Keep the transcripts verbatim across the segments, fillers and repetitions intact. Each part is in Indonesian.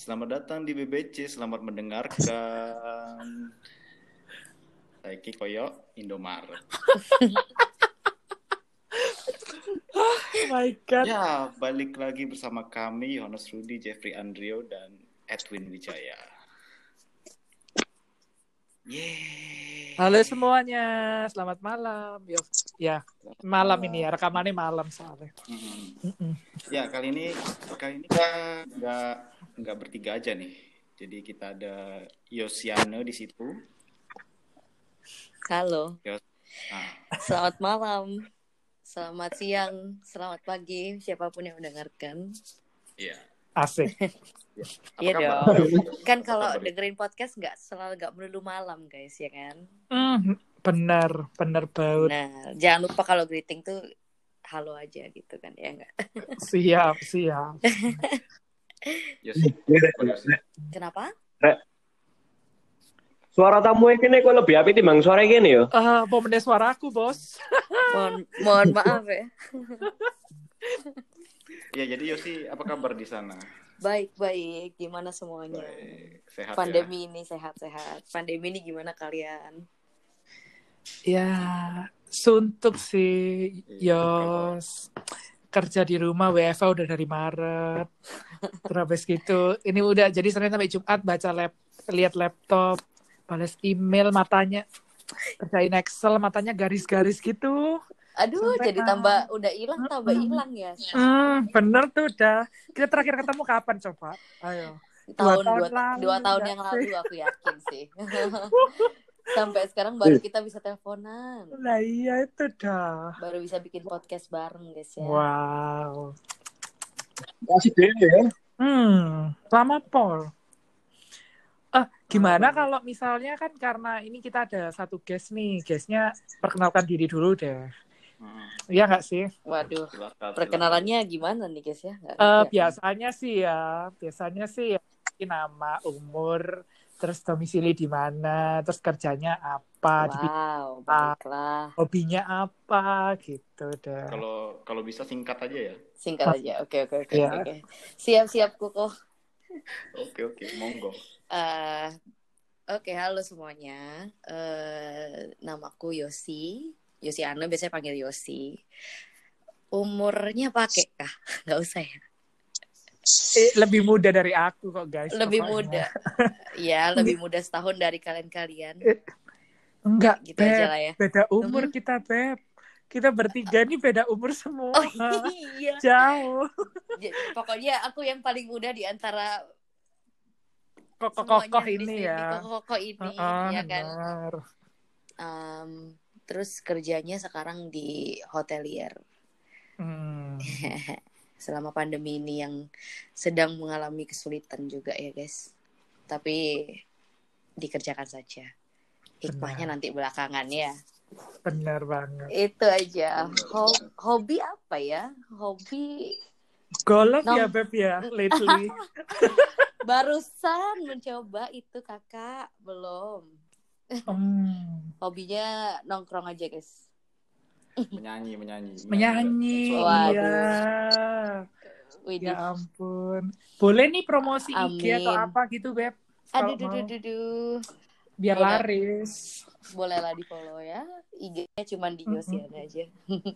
Selamat datang di B B C, selamat mendengarkan. Saiki koyo Indomaret. Oh my God. Ya, balik lagi bersama kami, Yohanes Rudi, Jeffrey Andrio, dan Edwin Wijaya. Yeay. Halo semuanya, selamat malam. Yo, ya, malam ini ya, rekamannya malam soalnya. Mm-mm. Mm-mm. Ya, kali ini kali ini kita nggak nggak bertiga aja nih. Jadi kita ada Yosiana di situ. Halo. Yos. Nah, Selamat malam. Selamat siang, selamat pagi, siapapun yang mendengarkan. iya. Asik. Ya. Iya kabar? dong. Kan Apa kalau kabar? dengerin podcast nggak selalu nggak melulu malam guys, ya kan? Mm, bener, bener banget. Nah, jangan lupa kalau greeting tuh halo aja gitu kan, ya nggak? Siap, siap. Yosi. Oh, Yosi. Kenapa? Suara tamu ini kok lebih apik timbang suara gini yo. Ah, mau mendes suaraku, bos. Mohon mohon maaf ya. Ya, jadi Yosi, apa kabar di sana? Baik baik, gimana semuanya? Baik, sehat Pandemi ini sehat-sehat. Pandemi ini gimana kalian? Ya, suntuk sih, Yos. Kerja di rumah, W F H udah dari Maret. Terus gitu, ini udah jadi Senin sampai Jumat baca lab, lihat laptop, balas email, matanya kerjain Excel, matanya garis-garis gitu. Aduh, Sampai jadi kan. tambah udah hilang tambah hilang ya. Hmm, bener tuh udah. Kita terakhir ketemu kapan coba? Ayo. Dua tahun tahun dua, lalu, dua tahun nggak yang sih? lalu aku yakin sih. Sampai sekarang baru kita bisa teleponan. Nah iya itu dah. Baru bisa bikin podcast bareng guys ya. Wow. Masih deh ya. Hmm, lama Pol. Eh, gimana Lama kalau misalnya kan karena ini kita ada satu guest nih, guestnya perkenalkan diri dulu deh. Hmm. Iya nggak sih? Waduh, Silakan, perkenalannya gimana nih guys ya? Nggak Eh, ngerti ya. biasanya sih ya, biasanya sih ya, nama, umur, terus domisili di mana, terus kerjanya apa, di bidang Wow, apa, baiklah. hobinya apa, gitu deh. Kalau kalau bisa singkat aja ya. Singkat aja. Oke oke oke Iya. oke. Siap-siap Kuko. Oke oke, monggo. Eh, oke, halo semuanya. Eh, namaku Yosi. Yosi Ana, biasanya panggil Yosi. Umurnya pakai kah? Nggak usah ya. Eh, lebih muda dari aku kok guys. Lebih pokoknya. muda. Ya, lebih muda setahun dari kalian-kalian. Eh, Enggak, Gitu Beb. aja lah ya. Beda umur Mhm. kita, Beb. Kita bertiga nih beda umur semua. Oh iya. Jauh. J- Pokoknya aku yang paling muda di antara Kokoh-kokoh semuanya di ini sini, ya. kokoh-kokoh ini, Heeh, ya kan. benar. Um, terus kerjanya sekarang di hotelier. Hmm. Selama pandemi ini yang sedang mengalami kesulitan juga ya guys. Tapi dikerjakan saja. Hikmahnya Benar. nanti belakangan ya. Benar banget. Itu aja. Ho- hobi apa ya? Hobi Golf Nom- ya, Beb ya, lately. barusan mencoba itu kakak belum. Hmm. Hobinya nongkrong aja guys. Menyanyi menyanyi. Menyanyi, Suara Waduh. iya. Widih. Ya ampun. Boleh nih promosi I G atau Amin. apa gitu, Beb? Aduh, Kalau duh, mau. duh, duh, duh. Biar Boleh. laris. Bolehlah di follow ya. I G-nya cuma di Yosiana aja.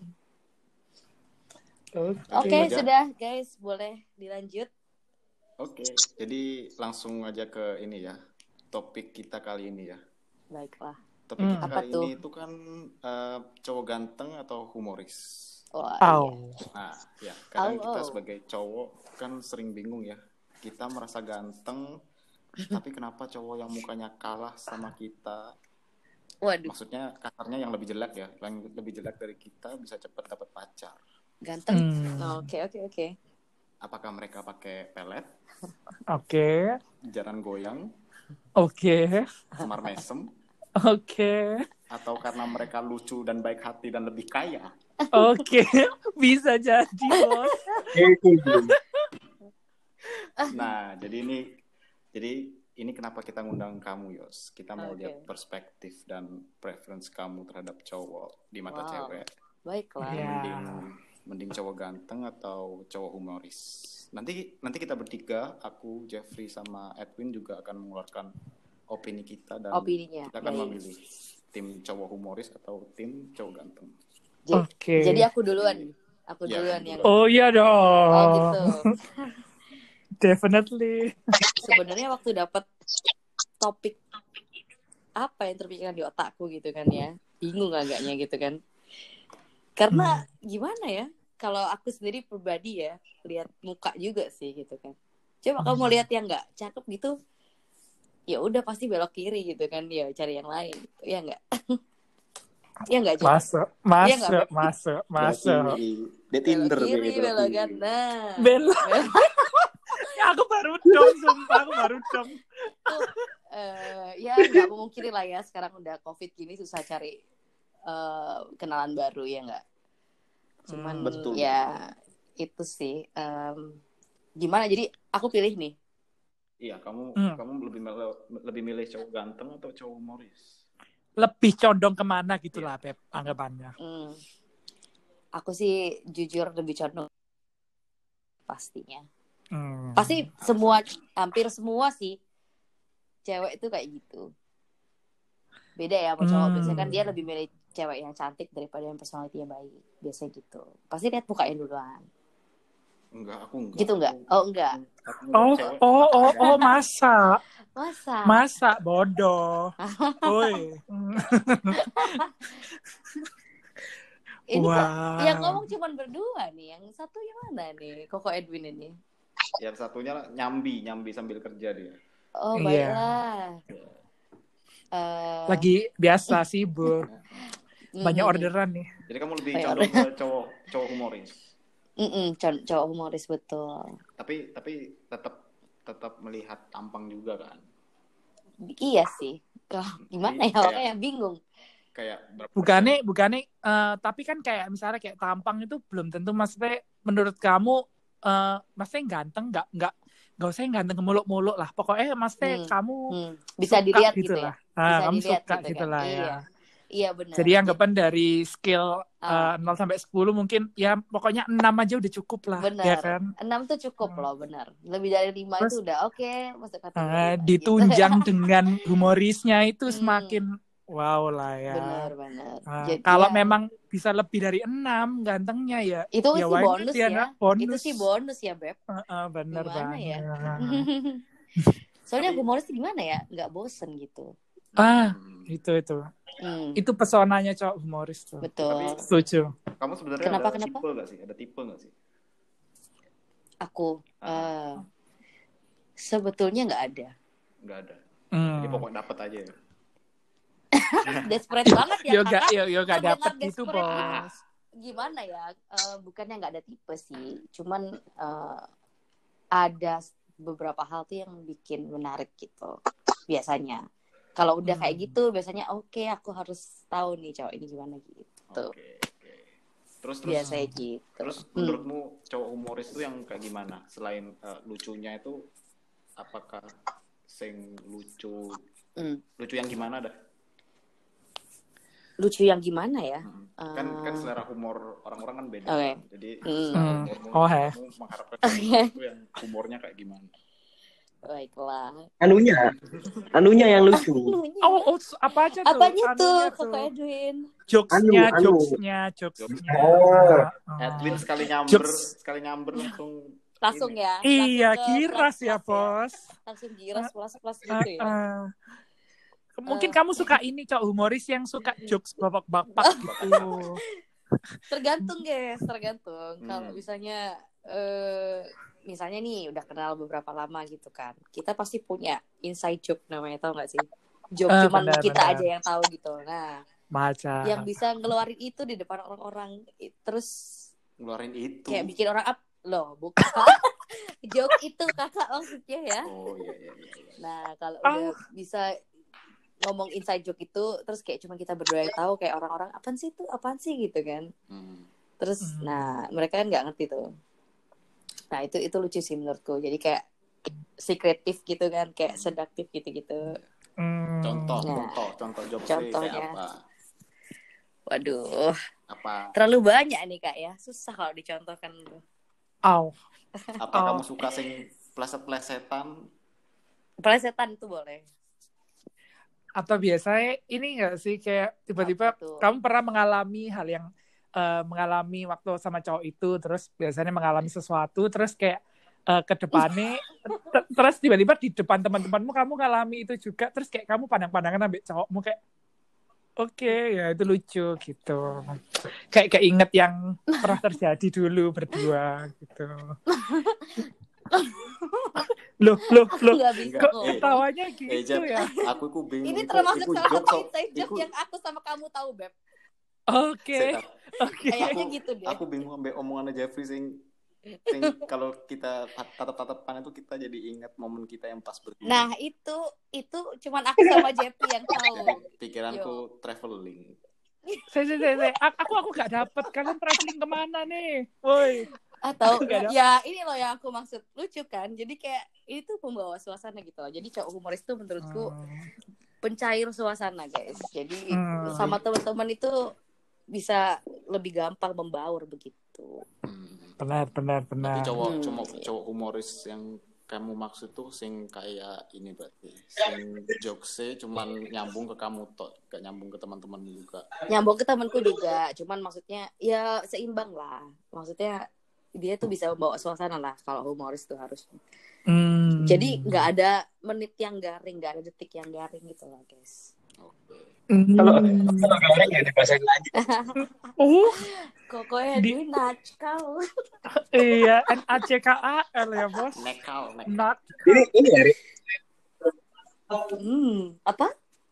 Oke. Oke, Aja. sudah guys, boleh dilanjut. Oke, jadi langsung aja ke ini ya. Topik kita kali ini ya. Baiklah. Topik Hmm. kita Apa kali tuh? ini itu kan eh, cowok ganteng atau humoris. Wah, iya. Au. Nah, ya, kadang Au, kita au. sebagai cowok kan sering bingung ya. Kita merasa ganteng, tapi kenapa cowok yang mukanya kalah sama kita? Waduh, Maksudnya kasarnya yang lebih jelek ya, yang lebih jelek dari kita bisa cepat dapat pacar. ganteng. Hmm. Oh, Oke, oke, oke. Apakah mereka pakai pelet, Oke. jaran goyang, Oke. semar mesem, Oke. atau karena mereka lucu dan baik hati dan lebih kaya? Oke. Bisa jadi, Bos. Itu. Nah, jadi ini jadi ini kenapa kita ngundang kamu, Yos? Kita mau Oke. lihat perspektif dan preference kamu terhadap cowok di mata Wow. cewek. Baiklah. Iya. Mending Mending cowok ganteng atau cowok humoris? Nanti nanti kita bertiga, aku, Jeffrey sama Edwin juga akan mengeluarkan opini kita dan Opininya. kita akan Baik. memilih tim cowok humoris atau tim cowok ganteng. J- Oke. Jadi aku duluan. Aku Ya, duluan kamu yang. duluan. Oh iya dong. Oh gitu. Definitely. Sebenarnya waktu dapat topik apa yang terpikirkan di otakku gitu kan ya, bingung agaknya gitu kan. Karena gimana ya? Kalau aku sendiri pribadi ya, lihat muka juga sih gitu kan. Coba kamu Hmm. lihat yang nggak cakep gitu, ya udah pasti belok kiri gitu kan, ya cari yang lain. Gitu. Ya nggak? Ya nggak Jok? Masuk, Iya nggak, masuk, Beb? masuk, Belok masuk. kiri. Dia Belok Tinder kiri, kayak belok kan. Nah, Belok. Ya aku baru dong, sumpah aku baru dong. tuh eh, ya nggak memungkiri lah ya. Sekarang udah COVID gini susah cari eh, kenalan baru ya nggak. Cuman Hmm, betul. ya itu sih. em, gimana? Jadi aku pilih nih. Iya, kamu Hmm. kamu lebih milih, lebih milih cowok ganteng atau cowok humoris? Lebih condong kemana gitu lah, Beb, anggapannya. Hmm, aku sih jujur lebih condong pastinya. Hmm. Pasti semua, hampir semua sih cewek itu kayak gitu. Beda ya sama cowok. Hmm. Biasanya kan dia lebih milih cewek yang cantik daripada yang personality-nya baik. Biasanya gitu. Pasti lihat mukanya duluan. Enggak, aku enggak. Gitu enggak? Aku, Oh enggak. aku Oh, ngeliat cewek. oh, oh, oh, masa? Masa? Masa bodoh. Woi. Ini kok Wah. yang ngomong cuma berdua nih. Yang satu yang mana nih? Koko Edwin ini. Yang satunya nyambi, nyambi sambil kerja dia. Oh Iya. baiklah. Eh, Lagi biasa sibuk. Banyak mm-mm. orderan nih. Jadi kamu lebih Banyak condong ke cowok cowok humoris. Mm-mm, cow- cowok humoris betul. Tapi tapi tetap tetap melihat tampang juga kan. Iya sih. Kalau gimana ya? Kayak- Makanya bingung. Kayak berapa Bukannya, bukannya, eh, tapi kan kayak misalnya kayak tampang itu belum tentu, maksudnya menurut kamu, eh, maksudnya ganteng, nggak nggak nggak usah yang ganteng muluk-muluk lah. Pokoknya maksudnya Hmm. kamu Hmm, bisa suka dilihat gitu gitu lah. ya. Ah, Bisa kamu dilihat suka gitu gitu kan. lah ya. Iya. Iya benar. Jadi anggapan dari skill Ah. eh, nol sampai sepuluh mungkin ya pokoknya enam aja udah cukup lah, Benar. ya kan? enam tuh cukup Hmm. loh, benar. Lebih dari lima Terus, itu udah oke, masuk kategori eh, lah, gitu. ditunjang dengan humorisnya itu Hmm. semakin wow lah ya. Benar, benar. Ah, Jadi kalau ya, memang bisa lebih dari enam gantengnya ya, itu ya sih why not bonus ya, ya. nak? Itu Bonus. sih bonus ya, Beb. Eh, eh, bener Gimana ya? banget. Soalnya Tapi- humoris tuh gimana ya? Nggak bosen gitu. Ah, Hmm. itu itu. Hmm, Itu pesonanya cowok humoris tuh. betul. Tapi- Setuju. Kamu sebenarnya Kenapa, ada kenapa? tipe nggak sih? Ada tipe nggak sih? Aku Ah. eh, sebetulnya nggak ada. Nggak ada. Hmm. Jadi pokoknya dapet aja ya. Desperate banget ya, Yoga, kakak. yo, yoga Terdengar dapet gitu, desperate gitu. bos. Gimana ya? Eh, bukannya nggak ada tipe sih, cuman eh, ada beberapa hal tuh yang bikin menarik gitu. Biasanya, kalau udah kayak Hmm. gitu, biasanya oke, aku harus tahu nih cowok ini gimana gitu. Oke, oke. Terus terus Biasanya gitu. terus Hmm. menurutmu cowok humoris itu yang kayak gimana? Selain eh, lucunya itu, apakah sing lucu Hmm. lucu yang gimana dah? Lucu yang gimana ya? Hmm. Kan kan Eh, selera humor orang-orang kan beda. Oke. kan? Jadi Hmm. selera Hmm. humormu, Oh, he. kamu mengharapkan Oke. cowok itu yang humornya kayak gimana? Baiklah. Anunya, anunya yang lucu. Anunya. Oh, oh, apa aja tuh? Apanya tuh, Anunya Kakak Edwin? Jokesnya, Anu, anu. jokesnya, jokesnya. Oh. Oh. Edwin sekali nyamber, Jokes. sekali nyamber langsung Langsung ini. ya. Iya, langsung ke kiras plus-plus ya, bos. Langsung giras plus-plus Ah, gitu ya. ah. Mungkin Eh. kamu suka ini, cowok humoris yang suka jokes bapak-bapak gitu. Tergantung guys, tergantung. Hmm. Kalau misalnya eh misalnya nih udah kenal beberapa lama gitu kan. Kita pasti punya inside joke namanya, tau gak sih? Joke Ah, cuman benar, kita benar. aja yang tahu gitu. Nah, Baca. yang bisa ngeluarin itu di depan orang-orang i- terus ngeluarin itu. kayak bikin orang up loh, bukan. Joke itu kakak maksudnya ya. Oh iya iya iya. iya. Nah, kalau Ah. udah bisa ngomong inside joke itu terus kayak cuma kita berdua yang tahu, kayak orang-orang apaan sih itu, apaan sih gitu kan. Hmm. Terus Hmm. nah, mereka kan nggak ngerti tuh. Nah, itu itu lucu sih menurutku. Jadi kayak secretive gitu kan, kayak seduktif gitu-gitu. Hmm. Contoh, Nah, contoh, contoh jokes contohnya. kayak apa? Waduh, Apa terlalu banyak nih Kak ya. Susah kalau dicontohkan. Aw. apa Oh. kamu suka sing pleset-plesetan? Pelesetan itu boleh. Atau biasanya ini nggak sih kayak tiba-tiba Apa tuh? kamu pernah mengalami hal yang uh, mengalami waktu sama cowok itu, terus biasanya mengalami sesuatu, terus kayak uh, ke depannya, t- terus tiba-tiba di depan teman-temanmu kamu ngalami itu juga, terus kayak kamu pandang-pandangan ambil cowokmu kayak, oke, okay, ya itu lucu gitu. Kayak kayak inget yang pernah terjadi dulu berdua gitu. Loh, loh, Aku loh. nggak bisa Kok ngomong. ketawanya Eh, gitu Jep, ya? aku ku bingung. Ini Iku- termasuk iku salah joke satu so- inside joke iku- yang aku sama kamu tahu, Beb. Oke, Setan. oke. Kayaknya Aku gitu deh. aku bingung sampai omongannya Jeffrey sing sing kalau kita tatap-tatapan itu kita jadi ingat momen kita yang pas berdua. Nah, itu itu cuman aku sama Jeffrey yang tahu. Jadi pikiranku traveling. Saya, saya, saya, aku, aku gak dapet. Kalian traveling kemana nih? Woi. Atau Gak ada. ya ini loh yang aku maksud, lucu kan. Jadi kayak itu pembawa suasana gitu loh. Jadi cowok humoris itu menurutku Hmm. pencair suasana, guys. Jadi Hmm. sama teman-teman itu bisa lebih gampang membaur begitu. Hmm. Benar, benar, benar. Berarti cowok Hmm. cowok cowok humoris yang kamu maksud tuh sing kayak ini berarti sing jokesnya cuman nyambung ke kamu tok, gak nyambung ke teman-teman juga. Nyambung ke temanku juga, cuman maksudnya ya seimbang lah. Maksudnya dia tuh bisa membawa suasana lah kalau humoris tuh harus. Hmm. Jadi nggak ada menit yang garing, nggak ada detik yang garing gitu lah, guys. Oke. Hmm. Kalau kalau garing ya dibahasain lagi. Oh, Kokoknya Di- di kau. iya, N A C K A L ya, Bos. Nekal, nekal. Not. Ini ini ya, Ri. Hmm, apa?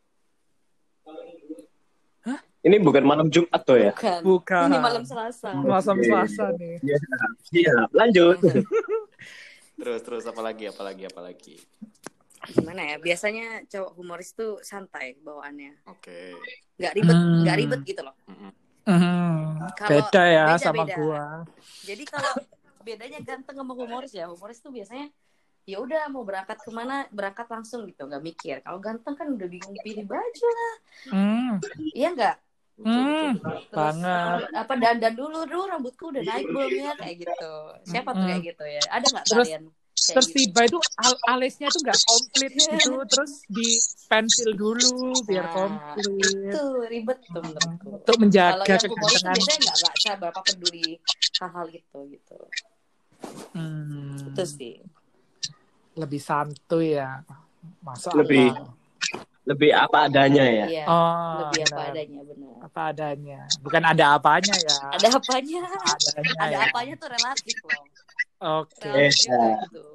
Ini bukan malam Jumat tuh ya? Bukan. Bukan. Ini malam Selasa. Malam Selasa nih. Iya, iya. Lanjut. Terus terus apa lagi apa lagi apa lagi. Gimana ya? Biasanya cowok humoris tuh santai bawaannya. Oke. Nggak ribet, Hmm. nggak ribet gitu loh. Mm-mm. Hmm. Kalau Beda ya beda, sama beda. gua. Jadi kalau bedanya ganteng sama humoris ya, humoris tuh biasanya ya udah mau berangkat kemana berangkat langsung gitu, nggak mikir. Kalau ganteng kan udah bingung pilih baju lah, Hmm. iya nggak? Hmm. Terus Banget. apa dandan dulu, dulu rambutku udah naik belum ya kayak gitu. Siapa tuh Mm-mm. kayak gitu ya? Ada nggak Terus- kalian? Kayak Terus gitu? tiba itu al- alisnya tuh nggak komplit gitu, terus di pensil dulu biar Nah, komplit itu ribet tuh menurutku. untuk Kalau menjaga yang humoris tuh kegantengan. biasanya nggak nggak seberapa peduli hal-hal itu gitu. Hmm. Itu sih. Lebih santuy ya, masuk Lebih- akal. Lebih apa adanya ya. Iya. Oh, Lebih apa benar. adanya benar. Apa adanya, bukan ada apanya ya. Ada apanya? adanya Ada ya. apanya tuh relatif loh. Oke. Relatif Bisa. juga gitu.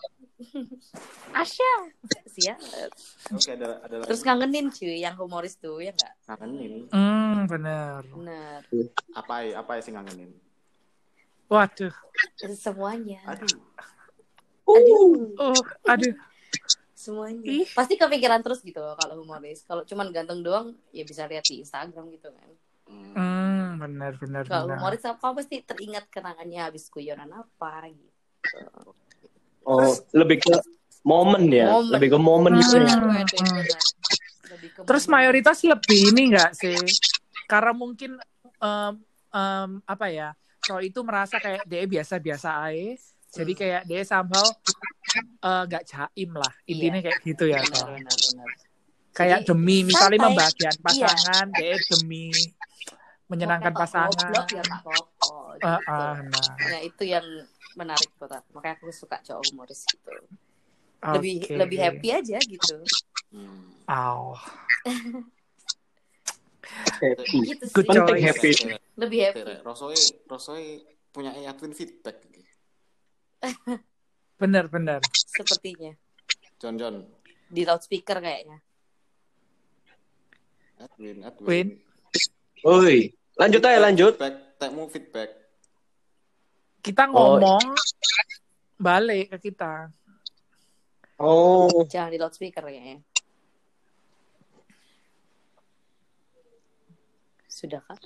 Asya. Siap. Oke, ada ada Terus ngangenin cuy yang humoris tuh ya nggak? ngangenin. Hmm, bener. Benar. Apa ya apa ya sih ngangenin? Waduh. Itu semuanya. Aduh. Aduh. Oh, aduh. Semuanya. Ih. Pasti kepikiran terus gitu loh kalau humoris. Kalau cuman ganteng doang ya bisa lihat di Instagram gitu kan. Hmm. Hmm, bener, bener, Kalau bener. humoris apa pasti teringat kenangannya habis guyonan apa gitu. Oh, lebih ke momen ya. Momen. Lebih ke momen Hmm. gitu ya. Benar, benar, benar. Lebih ke Terus momen. mayoritas lebih ini nggak sih? Karena mungkin em, em, apa ya? Cowok itu merasa kayak dia biasa-biasa aja. Jadi Hmm. kayak dia somehow eh, nggak jaim lah. Intinya kayak gitu ya. Benar, Toh. benar, benar. Kayak Jadi, demi misalnya santai. membahagiakan Iya. pasangan, dia demi menyenangkan Pokoknya pasangan. goblok ya tak pokok gitu. Ah, ah, nah, Nah itu yang menarik buat aku. Makanya aku suka cowok humoris gitu. Lebih oke. lebih happy aja gitu. Hmm. Aw. Happy. Gitu sih. Good Penting choice. happy. Lebih happy. Rosoy Rosoy punya Edwin feedback. Bener, bener. Sepertinya John John. di loudspeaker kayaknya. Edwin Edwin. Win. Woi, lanjut aja lanjut. Feedback, tekmu feedback. Kita Oh. ngomong balik ke kita. Oh, Jangan di loudspeaker kayaknya. Sudah kan?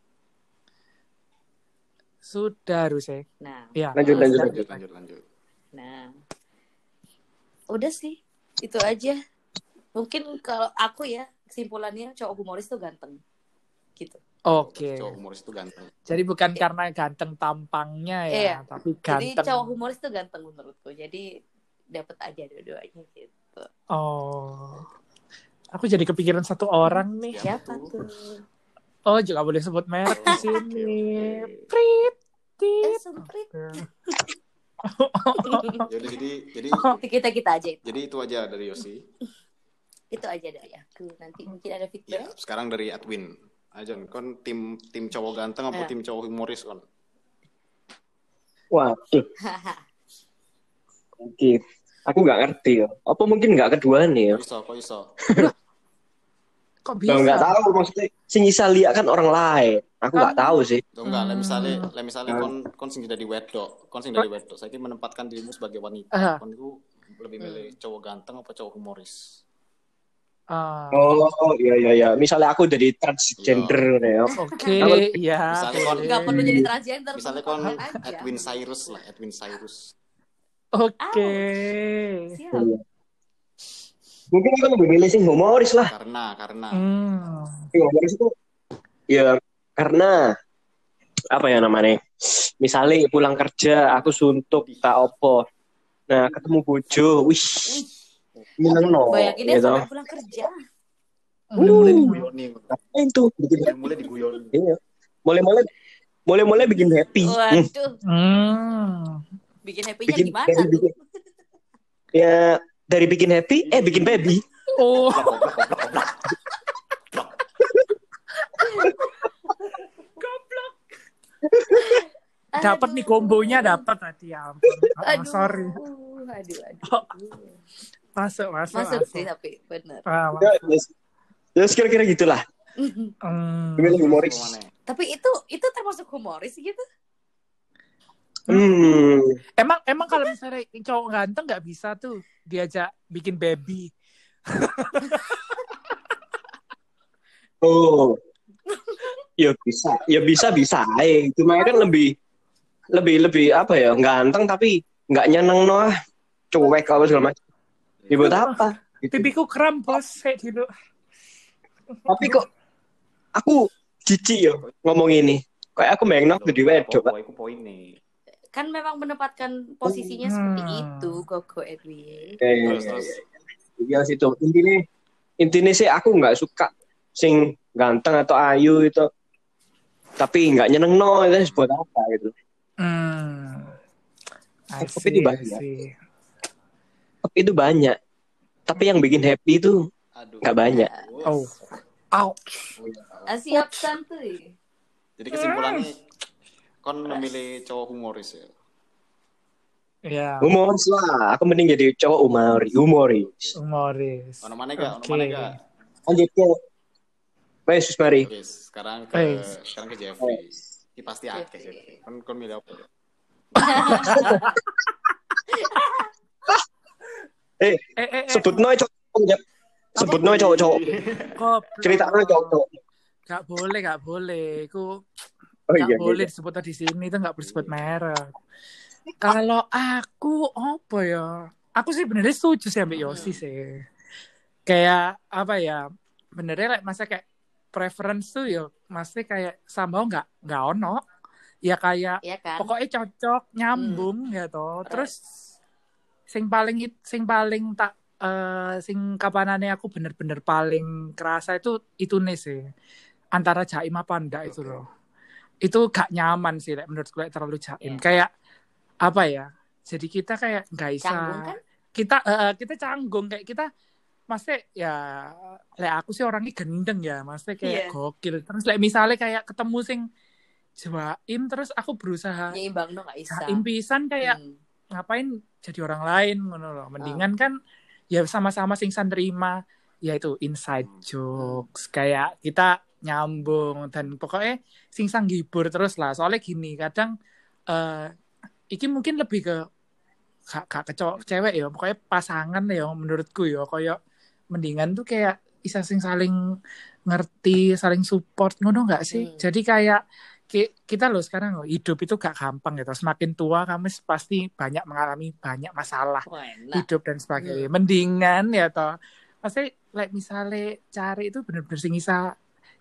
Sudah harusnya. Nah, Ya. lanjut lanjut lanjut. Lanjut lanjut lanjut. nah. Udah sih, itu aja. Mungkin kalau aku ya kesimpulannya cowok humoris tuh ganteng. Gitu. Oke. Cowok humoris itu ganteng. Jadi bukan karena ganteng tampangnya ya, Iya. tapi Jadi ganteng. cowok humoris tuh ganteng menurutku. Jadi dapat aja dua-duanya gitu. Oh. Aku jadi kepikiran satu orang nih. Siapa tuh? tuh? Oh, juga boleh sebut merek di Oke, sini. oke. Prit. Eh, tit. semprit. Jadi jadi jadi Kita kita aja itu. jadi itu aja dari Yosi. Itu aja dari aku. Nanti mungkin ada Ya, feedback. sekarang dari Edwin. Aja kon tim tim cowok ganteng apa Eh. tim cowok humoris kon? Waduh. Oke. Aku nggak ngerti ya. Apa mungkin nggak kedua nih ya? Kok iso, kok iso. Kok Nah, bisa? nggak tahu maksudnya. Sing bisa lihat kan orang lain. Aku nggak Kan- tahu sih. Tuh enggak, Hmm. le misalnya le misalnya kon kon sing dari wedok, kon sing dari wedok. Saya menempatkan dirimu sebagai wanita. Ah. Kon itu lebih milih cowok ganteng apa cowok humoris? Ah, Oh iya iya iya. Misalnya aku jadi transgender ya. Oke, iya. Misalnya kon- boleh. Nggak perlu jadi transgender. Misalnya bentuk kon konten aja. Edwin Cyrus lah, Edwin Cyrus. Oke. Siap. Iya. Mungkin aku lebih milih sing humoris lah. Karena karena Hmm. Sing humoris itu ya karena apa ya namanya? Misalnya pulang kerja aku suntuk tak opo. Nah, ketemu bojo, wih. Menengno. Bayangin deh gitu. sampai pulang kerja. mulai-mulai Uh. diguyoni. Ngapain tuh? Bikin Mulai-mulai diguyoni. Iya. Mulai-mulai mulai-mulai bikin happy. Hmm. Waduh. Hmm. Bikin happy-nya Bikin, gimana dari tuh? bikin, ya dari bikin happy, eh bikin baby. Oh, dapat nih kombonya dapat tadi ya ampun. Oh, Aduh. sorry. Aduh, aduh. Oh. Masuk, masuk, Masuk masuk. sih tapi bener. Ah, Ya, masuk. ya, ya kira-kira gitulah. Hmm. Milih humoris. Tapi itu itu termasuk humoris gitu? Hmm. Emang emang kalau misalnya cowok ganteng nggak bisa tuh diajak bikin baby. Oh. Ya bisa, ya bisa bisa. Eh, cuma kan lebih lebih lebih apa ya? Ganteng tapi nggak nyeneng noh. Cuek apa segala macam. Ya buat apa? Gitu. Pipiku kram bos, saya dulu. Tapi kok aku jijik ya ngomong ini. Kayak aku pengen nok jadi wedok. Pak. Aku poin nih. Kan memang menempatkan posisinya Hmm. seperti itu, Koko Edwin. Eh, Terus terus. ya situ intinya intinya sih aku nggak suka sing ganteng atau ayu itu tapi nggak nyeneng no itu buat apa gitu. Hmm. I Tapi see, itu I banyak. see. Tapi itu banyak tapi yang bikin happy itu Aduh. nggak banyak. Oh. Ouch. Ah, siap santuy. Jadi kesimpulannya kon memilih cowok humoris ya. Ya, Humoris lah aku mending jadi cowok humoris humoris. humoris. Ono mana gak? Ono Oke. mana gak? Lanjut ke Yesus mari. Oke, sekarang ke Eh. sekarang ke Jeffrey. Ini pasti akeh Jeffrey. Kon kon milih apa? Eh Eh, eh, eh. sebut no cowok sebut no cowok-cowok Goblok. cerita no cowok. Gak boleh, gak boleh. Ku Oh gak iya. boleh iya. disebut di sini, itu gak boleh disebut merek. Kalau aku apa ya? Aku sih benernya setuju sih ambil Yosi sih. Kayak apa ya? Benernya like, masa kayak preference tuh ya, masih kayak somehow nggak nggak ono. Ya kayak Iya kan? pokoknya cocok, nyambung gitu. Terus sing paling it- sing paling tak eh sing kapanane aku bener-bener paling kerasa itu itu nih sih. Antara jaim apa enggak itu loh. Itu gak nyaman sih like, menurut gue terlalu jaim. Iya. Kayak apa ya? Jadi kita kayak nggak bisa Canggung kan? kita eh, kita canggung kayak kita maksudnya ya kayak aku sih orangnya gendeng ya maksudnya kayak Iya. gokil terus like, misalnya kayak ketemu sing jaim terus aku berusaha Nyeimbang dong gak bisa. jaim pisan kayak Hmm. ngapain jadi orang lain ngono loh mendingan kan ya sama-sama sing san terima yaitu inside jokes kayak kita nyambung dan pokoknya sing sang hibur terus lah soalnya gini kadang eh iki mungkin lebih ke gak, gak ke cowok cewek ya pokoknya pasangan ya menurutku ya kayak mendingan tuh kayak bisa sing saling ngerti saling support ngono nggak sih Hmm. jadi kayak ki- kita loh sekarang loh, hidup itu gak gampang gitu semakin tua kami pasti banyak mengalami banyak masalah Wah, enak. hidup dan sebagainya mendingan ya toh maksudnya like misalnya cari itu bener-bener sing bisa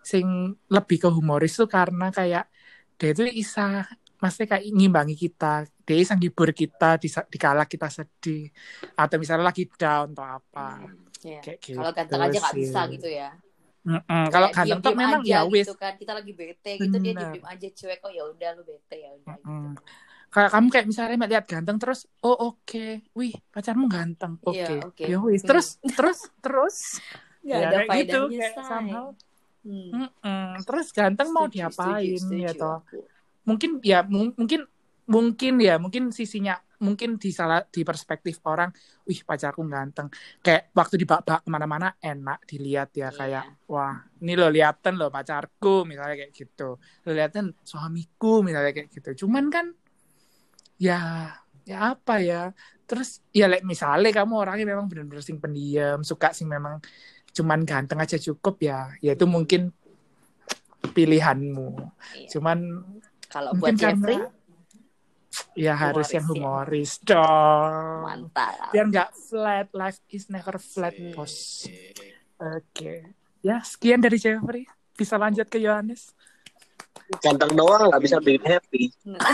sing lebih ke humoris tuh karena kayak dia itu isa maksudnya kayak ngimbangi kita, dia bisa ngibur kita di di kala kita sedih atau misalnya lagi down atau apa. Hmm. Iya. Kayak gitu. Kalau ganteng aja nggak sih. bisa gitu ya. Mm-mm. Kalau Kayak ganteng tuh diem-diem memang aja ya wis. gitu kan, kita lagi bete gitu dia Bener. diem-diem aja cuek, oh ya udah lu bete ya udah Mm-mm. gitu. Kayak kamu kayak misalnya lihat ganteng terus, oh oke, wih pacarmu ganteng, oke, Iya, oke. ya wis, Hmm. terus terus terus, Nggak ya ada kayak gitu, faedahnya, kayak say. somehow, Hmm. mm-mm. Terus ganteng mau Setuju, diapain setuju, setuju ya toh? aku. Mungkin ya mung- mungkin mungkin ya mungkin sisinya mungkin di salah di perspektif orang, wih pacarku ganteng, kayak waktu dibak-bak kemana-mana enak dilihat ya Iya. kayak wah ini lo liatin lo pacarku misalnya kayak gitu, lo liatin suamiku misalnya kayak gitu. Cuman kan ya ya apa ya, terus ya like, misalnya kamu orangnya memang benar-benar sing pendiam, suka sing memang cuman ganteng aja cukup ya, ya itu Hmm. mungkin pilihanmu. Iya. Cuman Kalau mungkin buat Jeffrey, karena ya harus humoris yang ya. humoris dong. Mantap. Biar nggak flat, life is never flat, Asik. bos. Oke. Ya, sekian dari Jeffrey. Bisa lanjut ke Yohanes. Ganteng doang nggak bisa bikin happy.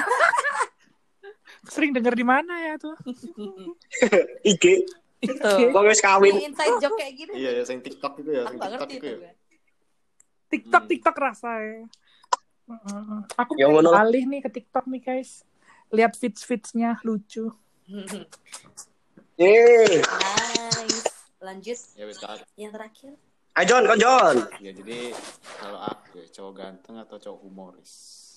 Sering denger di mana ya tuh? I G. Tuh. Kok wis kawin. Ini inside joke kayak gini. Iya ya, sing TikTok itu ya, Aku sing nggak TikTok ngerti itu itu ya. kan. TikTok, Hmm. TikTok rasanya. Uh, aku Yang pengen ngono lah. alih nih ke TikTok nih guys. Lihat feeds-feedsnya lucu. Yeay. Nice. Lanjut Ya wis kan. yang terakhir. Ayo John, kon John. Ya jadi kalau aku ya, cowok ganteng atau cowok humoris.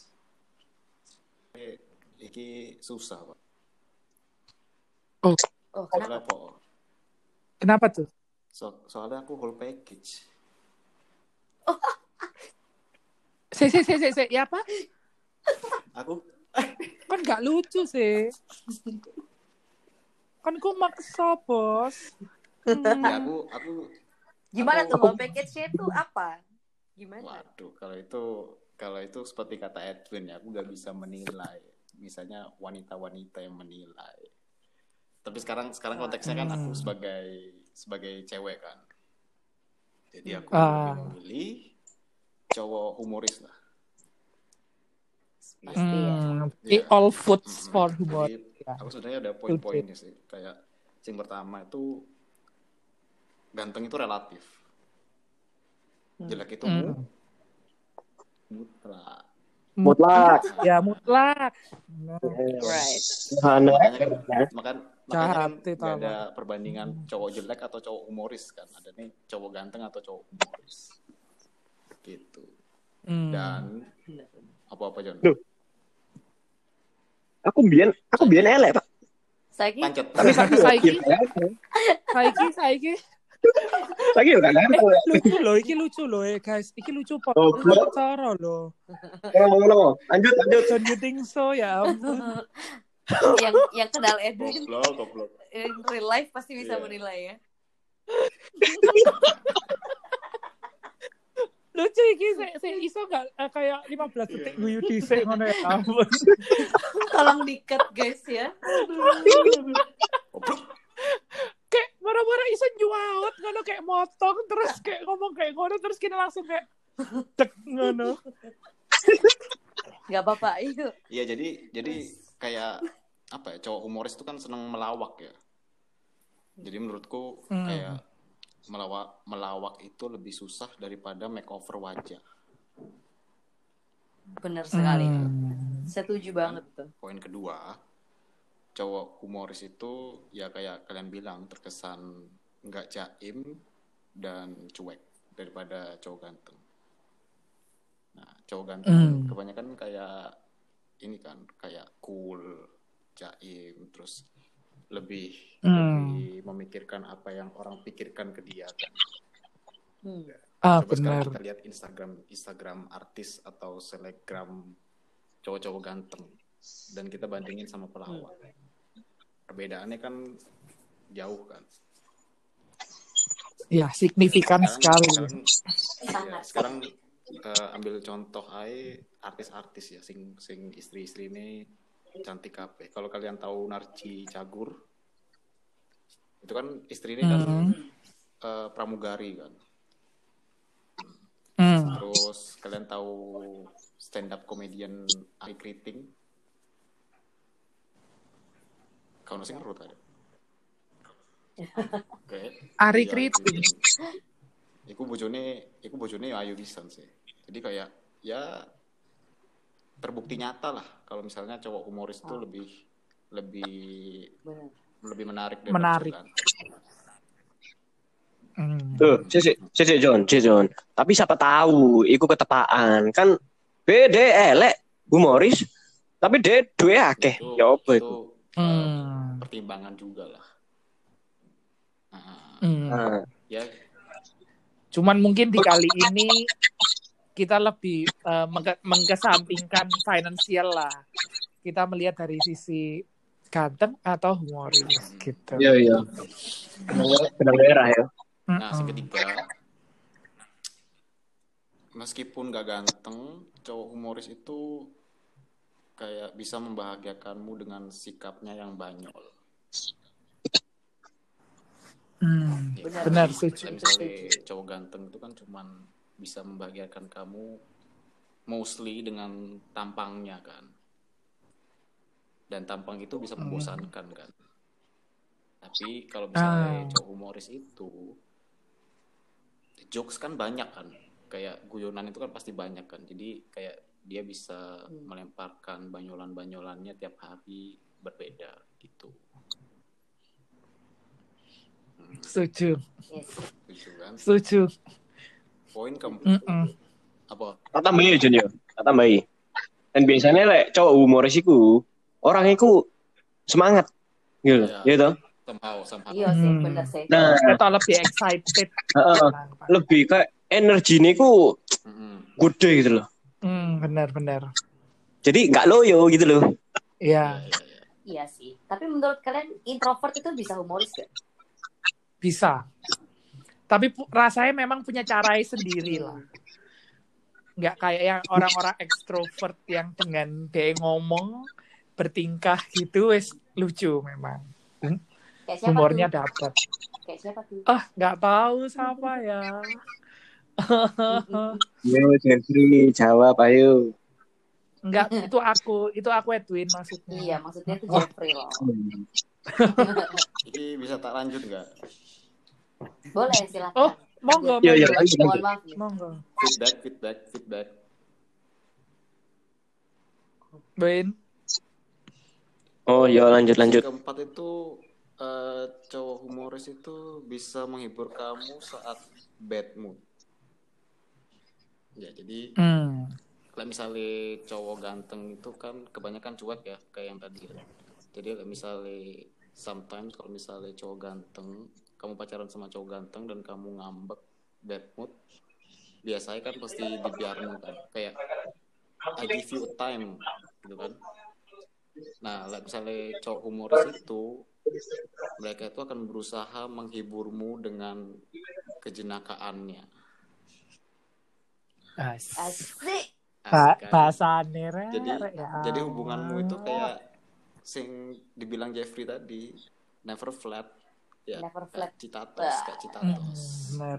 Eh, Iki susah, Pak. Oh, Oh, Soalnya kenapa? apa? kenapa tuh? So, soalnya aku whole package. Se, se, se, se, se. Ya apa? Aku Kan nggak lucu sih. Kan aku maksa, bos. Hmm. ya aku aku Gimana aku- tuh whole package-nya itu apa? Gimana? Waduh, kalau itu kalau itu seperti kata Edwin ya, aku nggak bisa menilai. Misalnya wanita-wanita yang menilai. Tapi sekarang sekarang konteksnya kan aku sebagai sebagai cewek kan. Jadi aku Ah. lebih memilih cowok humoris lah. Pasti ya. Hmm, Iya. all foods Mm-mm. for humor. Jadi, Ya. aku sebenarnya ada poin-poinnya sih. Kayak yang pertama itu ganteng itu relatif. Jelek itu Hmm. mu- mutlak. Mutlak. Ya mutlak. Nah, Right. Hana. Makanya kan, makan, makanya kan Jahat itu gak ada apa? perbandingan cowok jelek atau cowok humoris kan. Ada nih cowok ganteng atau cowok humoris. Gitu. Hmm. Dan apa-apa John? Duh. Aku biyen, aku biyen elek, Pak. Saiki Pancet. Tapi saiki Saiki? saiki Saiki, saiki. saiki udah ganteng. Eh, lucu loh, iki lucu loh ya guys. Iki lucu pak. Oh, Lucu cara loh. Ngomong-ngomong, lanjut lanjut. Don't you think so ya ampun. yang yang kenal Edwin Goblok, goblok. in real life pasti bisa Iya. menilai ya. Lucu iki saya saya iso gak eh, kayak lima belas detik guyu dhisik ngono ya ampun. Tolong di-cut guys ya. Goblok. Kayak bara-bara iso nyuaut ngono kayak motong terus kayak ngomong kayak ngono terus kita langsung kayak dek ngono. Gak apa-apa, yuk. Iya jadi jadi kayak apa ya, cowok humoris itu kan seneng melawak ya. Jadi menurutku Hmm. kayak melawak melawak itu lebih susah daripada makeover wajah. Bener sekali. Hmm. Setuju banget tuh. Poin kedua, cowok humoris itu ya kayak kalian bilang terkesan nggak jaim dan cuek daripada cowok ganteng. Nah, cowok ganteng Hmm. kebanyakan kayak ini kan kayak cool, jaim, terus lebih Hmm. lebih memikirkan apa yang orang pikirkan ke dia kan. Hmm. Ah Coba sekarang benar. kita lihat Instagram Instagram artis atau selebgram cowok-cowok ganteng dan kita bandingin sama pelawak. Perbedaannya kan jauh kan. Ya signifikan sekali. Sekarang, ya, Sangat. sekarang eh, ambil contoh aja artis-artis ya, sing sing istri-istri ini cantik kabeh. Kalau kalian tahu Narji Cagur, itu kan istri ini kan Hmm. eh, pramugari kan. Hmm. Terus Terus kalian tahu stand up comedian Ari Kriting? Kau nasi ngerut ada? Oke. Ari Iya, Kriting. Iku bojone, iku bojone ayu pisan sih. Jadi kayak ya terbukti nyata lah kalau misalnya cowok humoris itu Oh. lebih lebih Benar. lebih menarik daripada Menarik. cowok. Hmm. Tuh, sih sih John, sih John. Tapi siapa tahu, iku ketepaan kan. Bede elek humoris, tapi de duwe akeh. Itu, Ya apa itu itu? uh, Hmm. pertimbangan juga lah. Nah, Hmm. Nah, ya Cuman mungkin di kali ini kita lebih uh, mengke- mengkesampingkan finansial lah. Kita melihat dari sisi ganteng atau humoris gitu. iya iya. Benang merah ya. Nah, Mm-mm. yang ketiga, meskipun gak ganteng, cowok humoris itu kayak bisa membahagiakanmu dengan sikapnya yang banyol. Hmm. Ya, Benar. Benar, jadi setuju. kayak misalnya cowok ganteng itu kan cuman bisa membahagiakan kamu mostly dengan tampangnya kan. Dan tampang itu bisa membosankan kan. Tapi kalau misalnya Ah. cowok humoris itu jokes kan banyak kan. Kayak guyonan itu kan pasti banyak kan. Jadi kayak dia bisa melemparkan banyolan-banyolannya tiap hari berbeda gitu. Setuju. Yes. Setuju kan? Setuju. Poin keempat Mm-mm. apa? Tak tambahi John ya. Tak tambahi. Dan biasanya lek cowok humoris iku orang iku semangat. Gitu. Ya. Gitu. Somehow, somehow. Iya sih, Hmm. benar sih. Nah, Atau lebih excited. heeh, lebih kayak energinya ku Mm-mm. gede gitu loh. Hmm, benar-benar. Jadi nggak loyo gitu loh. Iya, Ya, ya, ya. Iya sih. Tapi menurut kalian introvert itu bisa humoris gak? bisa. Tapi pu- rasanya memang punya caranya sendiri lah. Nggak kayak yang orang-orang ekstrovert yang dengan dia ngomong, bertingkah gitu, wes lucu memang. Kayak siapa Humornya tuh? dapat. Kayak siapa tuh? Ah, nggak tahu siapa ya. Yo Jeffrey jawab ayo. Enggak, itu aku, itu aku Edwin maksudnya. Iya, maksudnya tuh Jeffrey loh. Ini bisa tak lanjut nggak? Boleh, silakan. Oh, monggo, Iya, iya, monggo. lanjut, Mohon lanjut. maaf nih. Monggo. Feedback, feedback, feedback. Ben. Oh, ya lanjut lanjut. Yang keempat itu eh, cowok humoris itu bisa menghibur kamu saat bad mood. Ya, jadi Hmm. kalau misalnya cowok ganteng itu kan kebanyakan cuek ya, kayak yang tadi. Jadi kalau misalnya sometimes kalau misalnya cowok ganteng, kamu pacaran sama cowok ganteng dan kamu ngambek bad mood, biasanya kan pasti dibiarmu kan, kayak I give you a time gitu kan. Nah, like misalnya cowok humoris itu mereka itu akan berusaha menghiburmu dengan kejenakaannya. As. Asik. Ba- Asik kan? bahasane rek, Jadi rek, ya jadi Allah. hubunganmu itu kayak sing dibilang Jeffrey tadi, never flat. Ya, Never flat. kayak citatos, kayak Hmm, citatos. bener.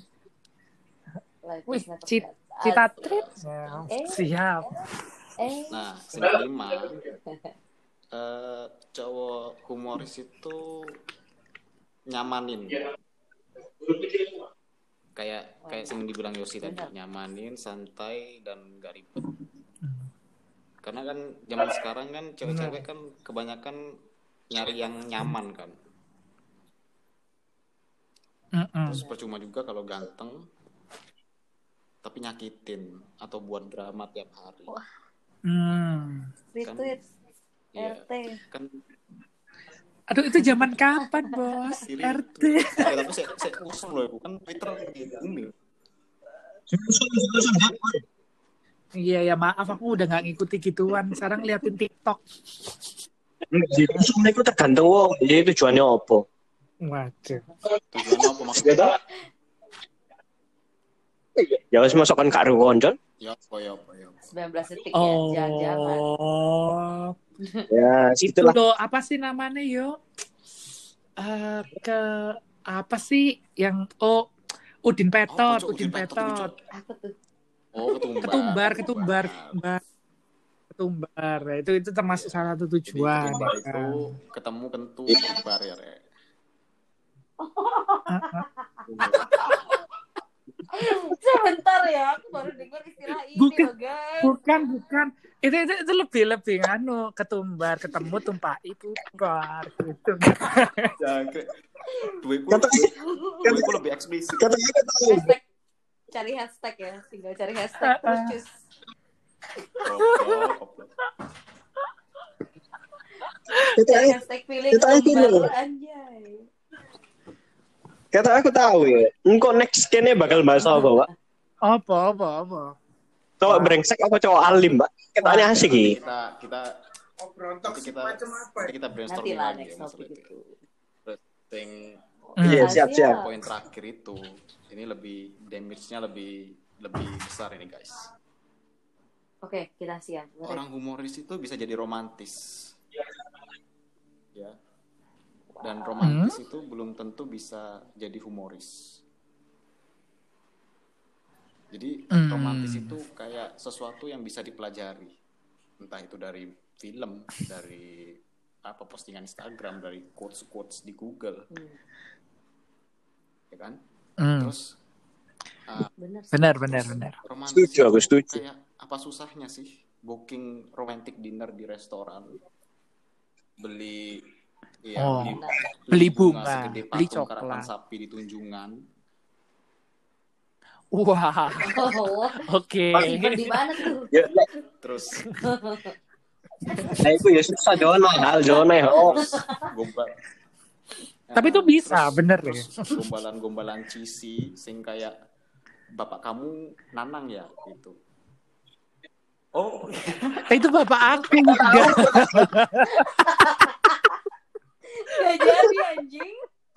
Life Wih, is never cit- flat. cita Asik. trip. Ya, Eh. siap. Eh. Nah, yang kelima, eh, cowok humoris itu nyamanin. Kayak kayak yang dibilang Yosi tadi, Benar. nyamanin, santai dan gak ribet. Karena kan zaman sekarang kan cewek-cewek kan kebanyakan nyari yang nyaman kan. Mm-mm. Terus percuma juga kalau ganteng tapi nyakitin atau buat drama tiap hari. Wah. Hmm. Retweet. Iya. R T. Kan Aduh, itu zaman kapan, Bos? Siri R T. ya, tapi saya saya usum loh, bukan Twitter ini. Iya, ya maaf, aku udah nggak ngikuti gituan. Sekarang liatin TikTok. Sebenarnya itu tergantung wong. Jadi tujuannya apa? Waduh. Tujuannya apa maksudnya? Ya wis masukkan karo konco. Ya apa ya apa ya. sembilan belas detik Oh. ya. Jangan-jangan. Ya, Itu segitulah. loh, apa sih namanya, yo? Eh, ke apa sih yang oh Udin Petot, Apa, Cuk? Udin Udin Petot, Petot. Apa tuh? Oh, ketumbar. Ketumbar, ketumbar, ketumbar. Ketumbar. Itu itu termasuk salah satu Jadi tujuan. ketumbar ya itu kan? ketemu kentu ketumbar ya, Re. Sebentar ya, aku baru dengar istilah ini Bukan, loh guys. bukan, bukan. Itu itu, itu lebih lebih anu ketumbar ketemu tumpai putar gitu. Jangkrik. Duitku, Kata duit- duitku lebih eksplisit. kata kita tahu. Hashtag, cari hashtag ya, tinggal cari hashtag terus cus. Goblok, goblok. Kata Cari hashtag pilih kita itu ketumbar loh. anjay. Kata aku tahu ya. Engkau next kene bakal bahas apa, Pak? Apa apa apa. Cowok brengsek apa cowok alim, Pak? Katanya asik Nanti ya. kita kita nanti kita nanti kita Nanti brainstorming lah lagi next ya, masalah topik itu. itu. Thing Iya, Ah, siap, siap. poin terakhir itu ini lebih damage-nya lebih lebih besar ini guys. Oke, kita siap. Mari. Orang humoris itu bisa jadi romantis, ya. Dan romantis itu belum tentu bisa jadi humoris. Jadi Hmm. romantis itu kayak sesuatu yang bisa dipelajari, entah itu dari film, dari apa postingan Instagram, dari quotes-quotes di Google, Hmm, ya kan? Hmm. Terus uh, bener sih. Benar benar terus benar. romantis Setuju, aku itu setuju. kayak apa susahnya sih booking romantic dinner di restoran, beli ya Oh, beli, beli bunga, segede beli patung karapan coklat. sapi di Tunjungan. Wah, Oh, oke. simpen di mana tuh? Ya, Terus nah itu ya susah Jono, hal Jono ya. Oh, terus gombal. Tapi itu Nah, bisa, terus- bener terus gombalan-gombalan cheesy sing kayak bapak kamu Nanang ya gitu. Oh, Itu bapak aku enggak. Gak jadi anjing.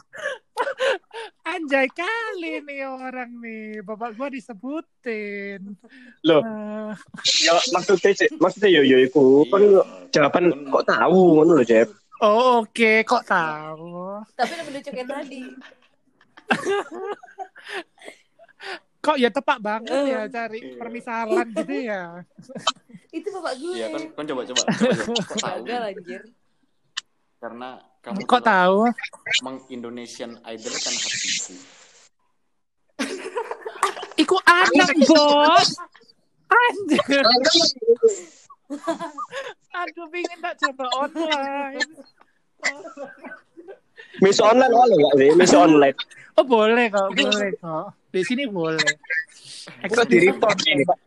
Anjay kali nih orang nih. Bapak gua disebutin. loh, Eh, ya maksudnya sih- maksudnya yo yo iku kan jawaban kok tahu ngono lho, Jep. oh oke, kok tahu? Tapi lebih lucu kayak tadi. Kok ya tepat banget ya Eh. cari Iya. permisalan gitu ya. Itu bapak gue. iya kan kan coba coba coba, coba. Kok tahu? Gagal anjir. Karena kamu kok tahu? meng-Indonesian Idol kan hatiku. Iku anak bos. Anjir. Aduh, pingin tak coba online. Miss online oleh enggak sih? Miss online. Oh boleh kok, boleh kok. Di sini boleh. Udah di report ini, Pak.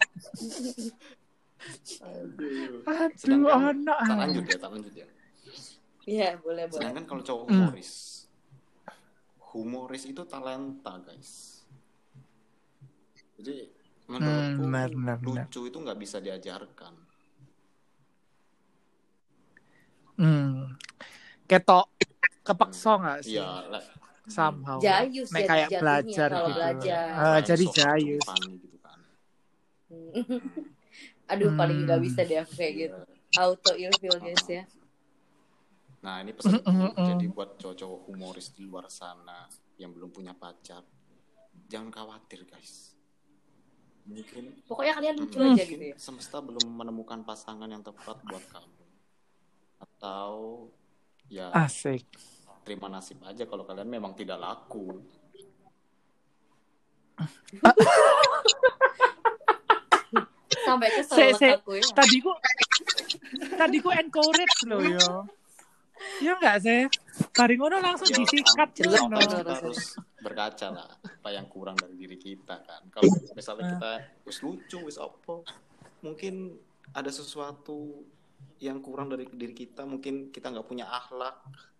Aduh, Sedangkan anak. tak lanjut ya, tak lanjut ya. Iya, boleh, boleh. Sedangkan kalau cowok Hmm. humoris, humoris itu talenta guys. Jadi menurutku Hmm, benar, benar, benar. lucu itu nggak bisa diajarkan. Hmm. Ketok kepeksa nggak sih? Iya, like, Somehow. Jayus Nek ya kayak jatuhnya belajar kalau gitu. belajar. Ah, kayak jadi sok jayus. funny gitu kan. Aduh, paling Hmm. gak bisa deh aku kayak gitu. Auto ilfeel guys ya. Nah ini pesan Mm, mm, mm. jadi buat cowok-cowok humoris di luar sana yang belum punya pacar, jangan khawatir guys. Mungkin Pokoknya kalian lucu Hmm. aja gitu ya. semesta belum menemukan pasangan yang tepat buat kamu. Atau ya Asik. terima nasib aja kalau kalian memang tidak laku. Sampai Se, kesel se, aku ya. tadi ku tadi ku encourage loh yo. Iya enggak sih? Bari ngono langsung Ya, disikat Jelas, jelas no. sometimes bener. kita harus berkaca lah apa yang kurang dari diri kita kan. Kalau misalnya kita wis lucu, wis apa, mungkin ada sesuatu yang kurang dari diri kita, mungkin kita nggak punya akhlak.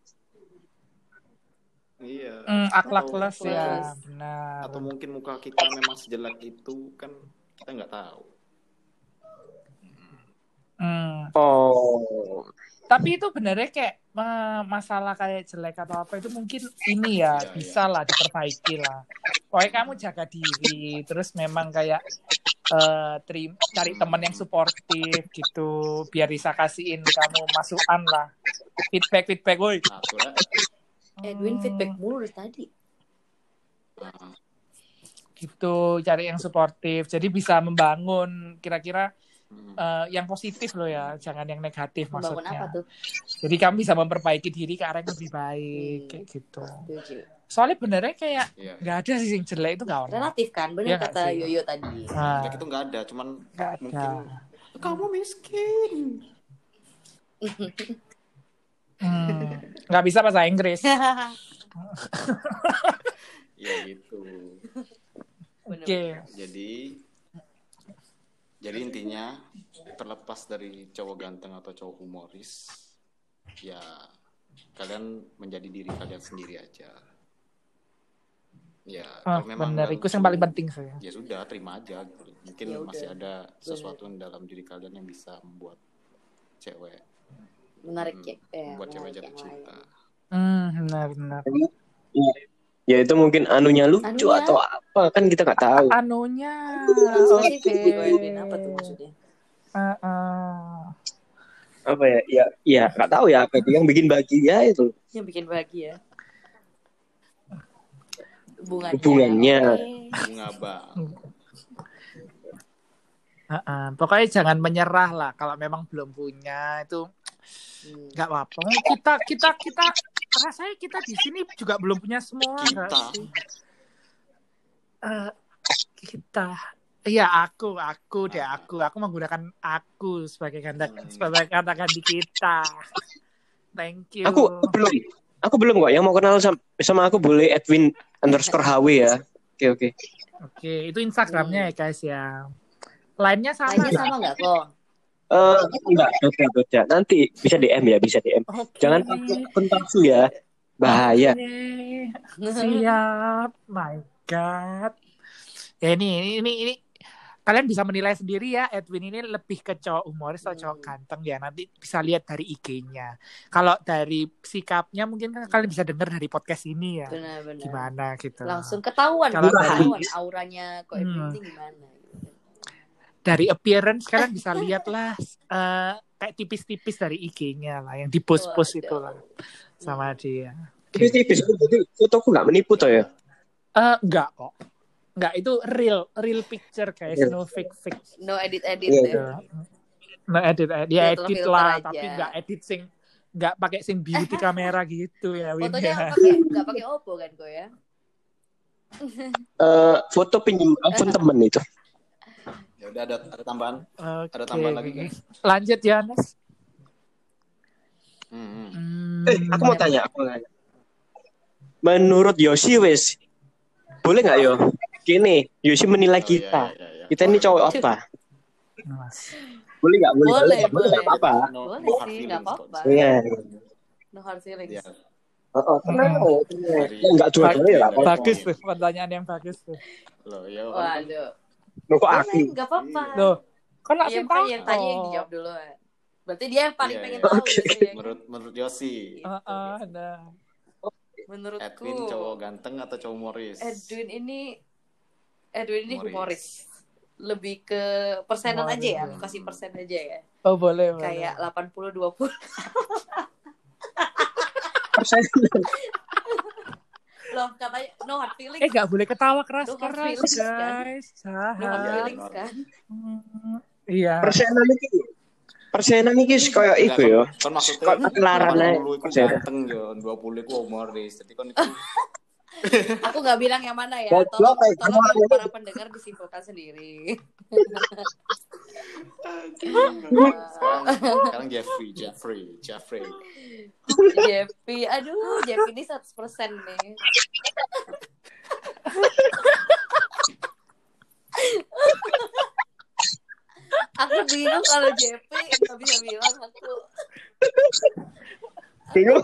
Iya. Hmm, akhlak Atau- les ya, Plus. benar. Atau mungkin muka kita memang sejelek itu kan kita nggak tahu. Hmm. Oh. Tapi itu benernya kayak eh, masalah kayak jelek atau apa itu mungkin ini ya Iya, bisa lah diperbaiki lah. Pokoknya kamu jaga diri, terus memang kayak eh terim, cari teman yang suportif gitu, biar bisa kasihin kamu masukan lah, feedback feedback, woi. Nah, soalnya Edwin feedback mulu dari tadi. uh, gitu, cari yang suportif. Jadi bisa membangun kira-kira Hmm. uh, yang positif loh ya, jangan yang negatif Membangun maksudnya. apa tuh? Jadi kamu bisa memperbaiki diri ke arah yang lebih baik Hmm. kayak gitu. Setuju. Soalnya benernya kayak Iya. nggak ada sih yang jelek itu nggak ono. Relatif kan, bener Iya nggak kata sih? Yoyo tadi. Nah, Jelek itu nggak ada, cuman nggak ada. mungkin kamu miskin. Hmm, nggak bisa bahasa Inggris. Ya gitu. Bener. Oke. Jadi jadi intinya terlepas dari cowok ganteng atau cowok humoris, ya kalian menjadi diri kalian sendiri aja. Ya, Ah, kalau memang bener, nggak itu yang lucu, paling penting sih. ya sudah terima aja. Gitu. Mungkin Ya udah. masih ada sesuatu dalam diri kalian yang bisa membuat cewek Menarik hmm, ya. Eh, membuat cewek menarik jatuh yang cinta. lain. Hmm, benar-benar. Ya itu mungkin anunya lucu Anunya? atau apa kan kita nggak tahu. Anunya, Kurang oke. spesifik nih Ko Edwin. Apa tuh maksudnya? Uh, uh. Apa ya? Ya, ya nggak tahu ya apa itu yang bikin bahagia itu. Yang bikin bahagia. Hubungannya. Hubungannya. Oke. Bunga bang. Uh, uh. Pokoknya jangan menyerah lah. Kalau memang belum punya itu Hmm. nggak apa-apa. Kita kita kita rasanya kita di sini juga belum punya semua. nggak Kita. sih? Uh, kita. Iya aku, aku deh aku, aku menggunakan aku sebagai kata Hmm. sebagai kata ganti kita. Thank you. Aku belum, aku belum kok. Yang mau kenal sama, sama aku boleh Edwin underscore H W ya. Oke oke. Oke, itu Instagramnya ya guys ya. Lainnya sama. Lainnya sama nggak kok? Eh enggak, beda beda. Nanti bisa D M ya, bisa D M. Oke. Jangan pakai akun palsu ya. Bahaya. Oke. Siap. My God. Ya ini ini ini kalian bisa menilai sendiri ya. Edwin ini lebih ke cowok humoris atau cowok Hmm. ganteng ya. Nanti bisa lihat dari I G-nya. Kalau dari sikapnya mungkin kan kalian bisa dengar dari podcast ini ya. Benar-benar. Gimana gitu. Langsung ketahuan, Kalau ketahuan dari- auranya Ko Edwin Hmm. ini gimana. Dari appearance kalian bisa lihat lah eh, kayak tipis-tipis dari I G-nya lah yang di post-post Waduh. itu lah sama dia. Tipis-tipis. Jadi fotoku nggak menipu toh ya. Eh enggak kok. Enggak, itu real real picture guys, Real. no fake fake. No edit-edit Iya, ya. No edit, edit. dia edit Filter-filter lah, aja. tapi enggak edit sing enggak pakai sing beauty kamera gitu ya, Win. Fotonya ya. pakai nggak pakai Oppo kan Ko ya? Eh foto pinjam iPhone temen itu. Ya udah ada ada tambahan. Oke. Ada tambahan lagi kan? Lanjut Yohanes. Hmm, hmm. Hmm. Eh, aku mau tanya, aku mau tanya. Menurut Yosi wes, boleh nggak yo? Gini, Yosi menilai Oh, kita. iya, iya, iya. Kita ini cowok apa? Mas. Boleh nggak? Boleh, Boleh, nggak? boleh, boleh. nggak apa-apa. No, Boleh no hard sih, feelings nggak kok. apa-apa. Iya. No hard feelings. Iya. Oh, oh, tenang. tenang. Dari- Ya, nggak dua-duanya ya, nggak apa-apa. Bagus tuh, pertanyaan yang bagus tuh. Loh, ya kan. Waduh. Loh, kok aku? Boleh, nggak apa-apa. Loh, kan Iya, masih makanya tahu. yang tanya yang dijawab dulu. Berarti dia yang paling Iya, pengen iya. tahu. Oke. gitu ya. Menurut menurut Yosi, Heeh, nah. Menurutku Edwin cowok ganteng atau cowok humoris? Edwin ini Edwin ini Humoris. humoris. Lebih ke persenan Humoris, aja ya, ya. aku kasih persen aja ya. Oh, boleh, boleh. Kayak delapan puluh dua puluh. Persen. Loh, katanya no hard feelings. Eh, nggak boleh ketawa Lu keras-keras, feelings, kan? guys. No hard Jahat. Iya, feelings no. kan? Hmm, Iya. Persenan iki. Persenan iki kayak iku yo. Kan maksudnya Kok ketularan ae. delapan puluh itu ganteng yo, dua puluh itu humoris. Jadi kan itu Aku nggak bilang yang mana ya. Goblok, Tolong, kayak tolong gimana yang ini? para pendengar disimpulkan sendiri. sekarang, sekarang Jeffrey, Jeffrey, Jeffrey. Jeffy, aduh, Jeffy ini seratus persen nih. Aku bingung kalau Jeffy nggak bisa bilang aku. Bingung.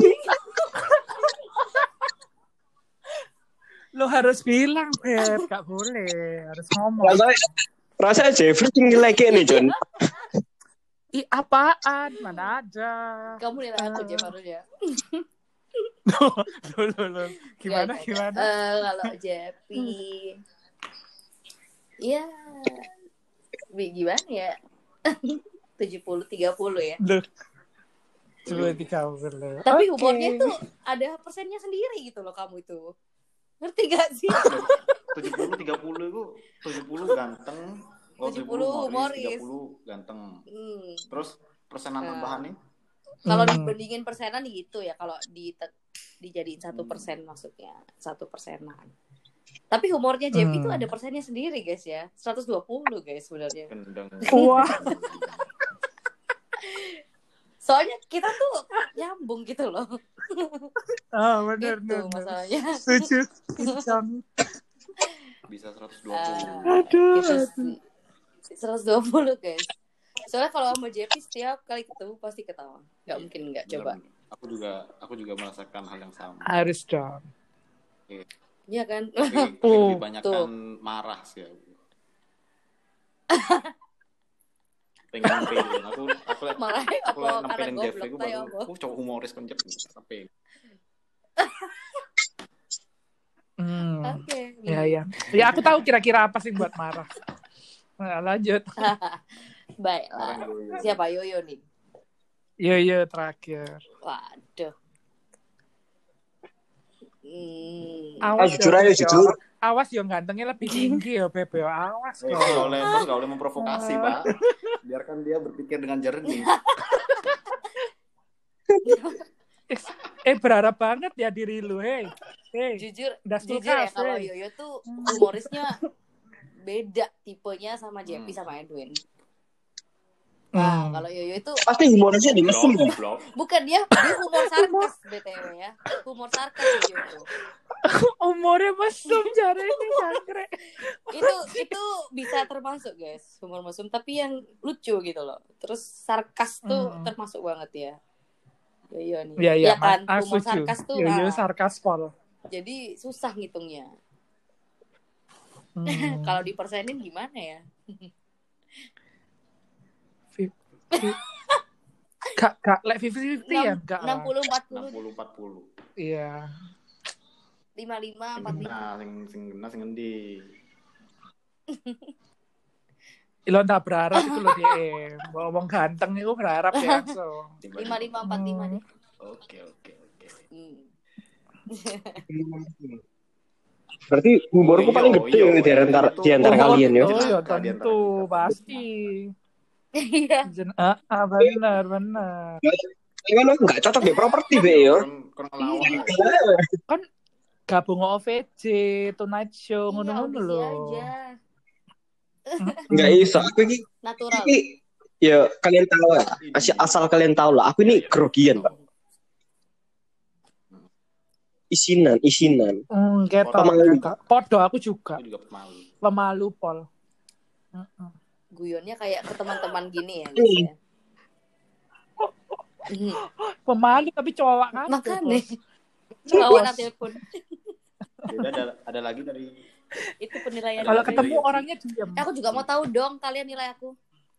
Lo harus bilang, Beb. Gak boleh. Harus ngomong. Rasanya rasanya Jeffrey tinggi lagi nih, John. Ih, apaan? Mana ada? Kamu nilai aku Jeff harusnya. Loh, loh, loh, loh. Gimana, Nggak, gimana? eh, kalau Jeffy, ya, bi- gimana ya? tujuh puluh tiga puluh ya. Loh. Coba tiga puluh. Tapi Oke. humornya tuh ada persennya sendiri gitu loh kamu itu. Ngerti gak sih? tujuh puluh tiga puluh itu tujuh puluh ganteng, oh, tujuh puluh humoris. tiga puluh ganteng. Hmm. Terus persenan Nah. tambahan nih? Kalau Hmm. dibandingin persenan gitu ya, kalau di dijadiin satu persen maksudnya satu persenan. Tapi humornya J P itu Hmm. ada persennya sendiri guys ya, seratus dua puluh guys sebenarnya. Gendeng. Wah. Soalnya kita tuh nyambung gitu loh. Ah, benar Itu benar. masalahnya. Setuju. Pincang. Bisa seratus dua puluh. Ah, Aduh, kita aduh. sih seratus dua puluh guys. Soalnya kalau sama J P setiap kali ketemu pasti ketawa. Gak mungkin nggak coba. Bener. Aku juga aku juga merasakan hal yang sama. Harus dong. Iya kan? Tapi Oh, lebih banyak kan marah sih aku. Pengen feeling aku aku liat- Marahnya aku apa? liat Karena nampilin Jeff goblok aku tayo baru apa? aku coba humoris kan Jeff tapi Hmm. Oke. Ya ya. Ya aku tahu kira-kira apa sih buat marah. Nah, lanjut. Baiklah. orang gue Siapa Yoyo nih? Yo yo terakhir. Waduh. Hmm. Ah, Awas jujur yo, aja, Beb, yo. jujur. Awas yo gantengnya lebih tinggi yo Beb yo. Awas Eh, kok. nggak boleh kan nggak boleh memprovokasi pak biarkan dia berpikir dengan jernih. Eh berharap banget ya diri lu, hei. Hei. Jujur, Das jujur ya kulkas, kalau eh. Yoyo tuh humorisnya beda tipenya sama J P Hmm. sama Edwin. Nah, Hmm. kalau Yoyo itu Pasti humorisnya di mesum ya. Goblok. bukan dia, dia humor sarkas B T W ya. Humor sarkas Yoyo itu. Umurnya mesum jari ini jangkrik. Itu itu bisa termasuk guys, humor mesum tapi yang lucu gitu loh. Terus sarkas tuh Hmm. termasuk banget ya. Yoyo nih. Iya iya, kan, Mas. Ah, humor setuju. sarkas tuh. Yo yo nah, sarkas pol. jadi susah ngitungnya. Hmm. Kalau dipersenin gimana ya? Kak kak like fifty fifty ya enggak enam lah. puluh empat enam puluh puluh empat puluh. Iya. lima puluh lima empat puluh lima. Nah, sing sing kena sing endi? Lo tak berharap itu lo dia ngomong ganteng itu berharap ya so. lima puluh lima empat puluh lima deh. Oke oke oke. Hmm. Berarti humorku Oh, paling iya, gede iya. di antara Itu- di antara Oh, kalian ya. Oh iya Jenaka di antara tentu kita. pasti. Iya. Jen- ah, ah, benar benar. Kan enggak cocok di properti be yo. Kon kon ngelawan. Gabung O V J, Tonight Show, Iya, ngono-ngono audisi loh. aja. Enggak iso. Aku iki Natural. iki ya kalian tahu lah. Asal, asal kalian tahu lah. Aku ini grogian, Pak. Isinan, isinan. Hmm, ketok, Pemalu. ketok. Podo aku juga. Aku juga pemalu. Pemalu pol. Mm-mm. Guyonnya kayak ke teman-teman gini ya, guys ya. Hmm. Pemalu tapi cowok kan. Makanya lawan telepon. Beda ada ada lagi dari Itu penilaian. Kalau gue. ketemu Iya. orangnya diam. Aku juga mau tahu dong kalian nilai aku.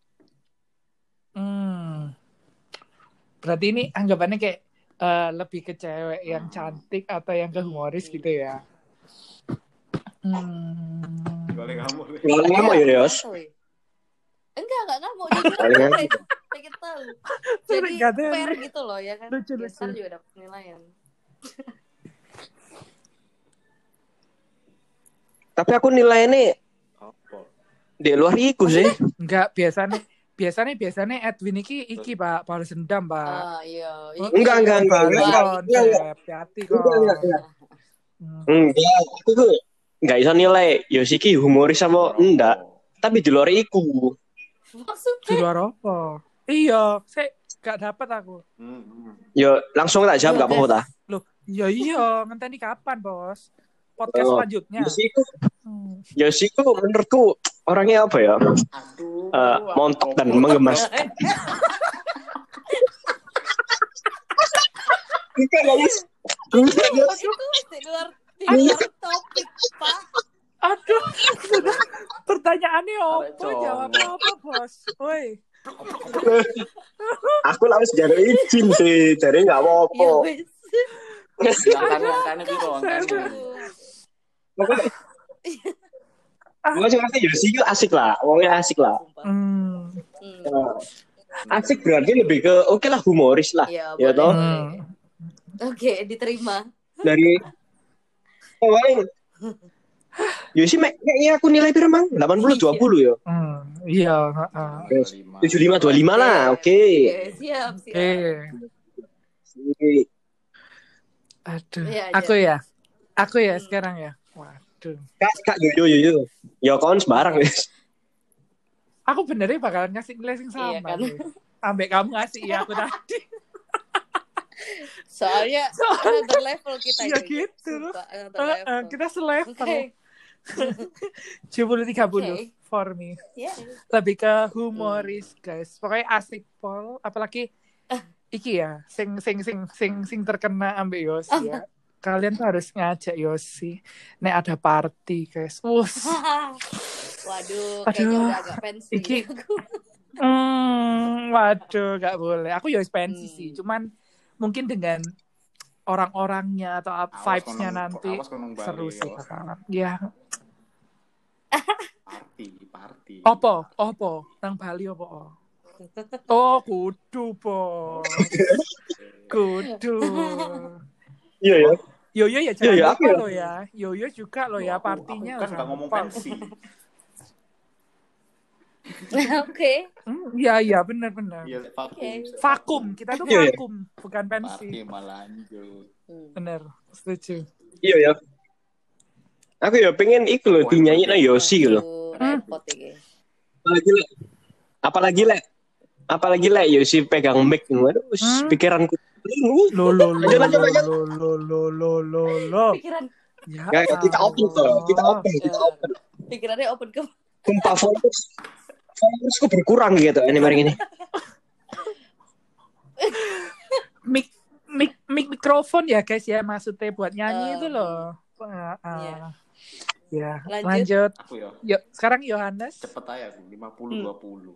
Hmm. Berarti ini anggapannya kayak eh, lebih ke cewek yang cantik atau yang ke humoris gitu ya. Hmm. boleh kamu. Kalau ngamuk ya, Yos. Tahu ya? Enggak, enggak ngamuk. Jujur Paling aja, ngamuk. guys. Pengen tahu. Jadi Enggak ada. fair gitu loh ya kan. Lucu, Ya, ntar lucu. juga dapat penilaian. Tapi aku nilainya Apa? di luar iku sih. Enggak, biasanya biasanya biasanya Edwin iki iki Pak, balas dendam, Pak. Ah, iya. Oh, Enggak, enggak, enggak, Balas enggak. kon, Enggak, enggak. Beb. Hati-hati kok. Enggak, enggak, enggak. Hmm. Enggak, aku tuh enggak bisa nilai Yoshiki humoris apa enggak. Tapi di luar iku. Di Maksudnya luar apa? Iya, saya gak dapat aku. Hmm, hmm. Yo langsung tak jawab Iya, enggak apa-apa ta. Loh, iya iya, ngenteni kapan, Bos? Podcast Oh, selanjutnya. Yoshiku, Hmm. Yoshiku menurutku orangnya apa ya? Aduh. Eh, montok dan menggemas. Bukan, guys. Bukan, guys. itu di luar di luar topik, Pak. Aduh, sudah pertanyaannya apa? Cowok. Jawabnya apa, Bos? Woi. Aku lah wis jare izin sih, jare enggak Iya, apa-apa. wes. Angkanya angkanya piro angkanya. Pokoknya Gue sih ngerti Yoshiki asik lah, wongnya asik lah. Sumpah. Hmm. Hmm. Nah, asik berarti lebih ke oke lah humoris lah. Iya, Ya boleh, toh? boleh. Hmm. Oke, diterima. Dari oh, paling Yosi mek kayaknya aku nilai berapa mang? delapan puluh dua puluh ya. Hmm, iya, heeh. tujuh puluh lima dua puluh lima lah. Oke. Oke, siap, siap. Oke. Oke. Aduh, Iya, aku Jet. ya. Aku ya Hmm. sekarang ya. Waduh. Kak, kak yo yo yo. Ya kon sembarang wis. Aku benernya bakalan ngasih nilai yang Iya, sama kan? nih. Ambek kamu ngasih ya aku tadi. Soalnya Soalnya- another level kita Ya itu, Jet. gitu. Sumpah, another Uh, uh, level. kita selevel. Oke. tujuh puluh tiga puluh Oke. for me. Ya. Lebih ke humoris, guys. Pokoknya asik pol, apalagi iki ya, sing sing sing sing sing terkena ambek Yosi ya. Kalian tuh harus ngajak Yosi. Nek ada party, guys. Wus. Waduh, Aduh. kayaknya udah agak pensi. Iki- Hmm, waduh, gak boleh. Aku Yosi pensi Hmm. sih. Cuman mungkin dengan orang-orangnya atau up- Awas vibes-nya konong- nanti awas konong Bali, seru sih awas. bakalan. Ya, Party, party. opo, opo, nang Bali opo. Oh, kudu, Bos. Kudu. Iya ya. Yoyo ya Iya, jangan iya, lupa aku ya. lo ya. Yoyo juga lo Loh, ya aku- partinya. aku kan jangan gak ngomong lupa. pensi. Oke. Hmm, iya iya benar-benar. Iya, vakum. Oke. Vakum, kita tuh Iya, iya. vakum, bukan pensi. Party malah lanjut. Hmm. Bener, setuju. Iya ya. Aku ya pengen iku lho dinyanyi nang Yosi lho. Aduh, repot iki. Apalagi lek apalagi lek apalagi lek Yosi pegang mic waduh wis Hmm. pikiranku. Lo lo lo Lanjut, lanjut, lanjut. lo lo lo lo lo lo. Pikiran Ya, Ya, kita open toh, kita open, kita Ya. open. pikirannya open ke Sumpah fokus fokusku berkurang gitu ini bareng ini. Mik mik mik mikrofon ya guys ya maksudnya buat nyanyi Um, itu loh. Ah, ah. iya. Ya, Lanjut. lanjut. Aku ya, Yuk, sekarang Yohanes. cepet aja aku. lima puluh dua puluh.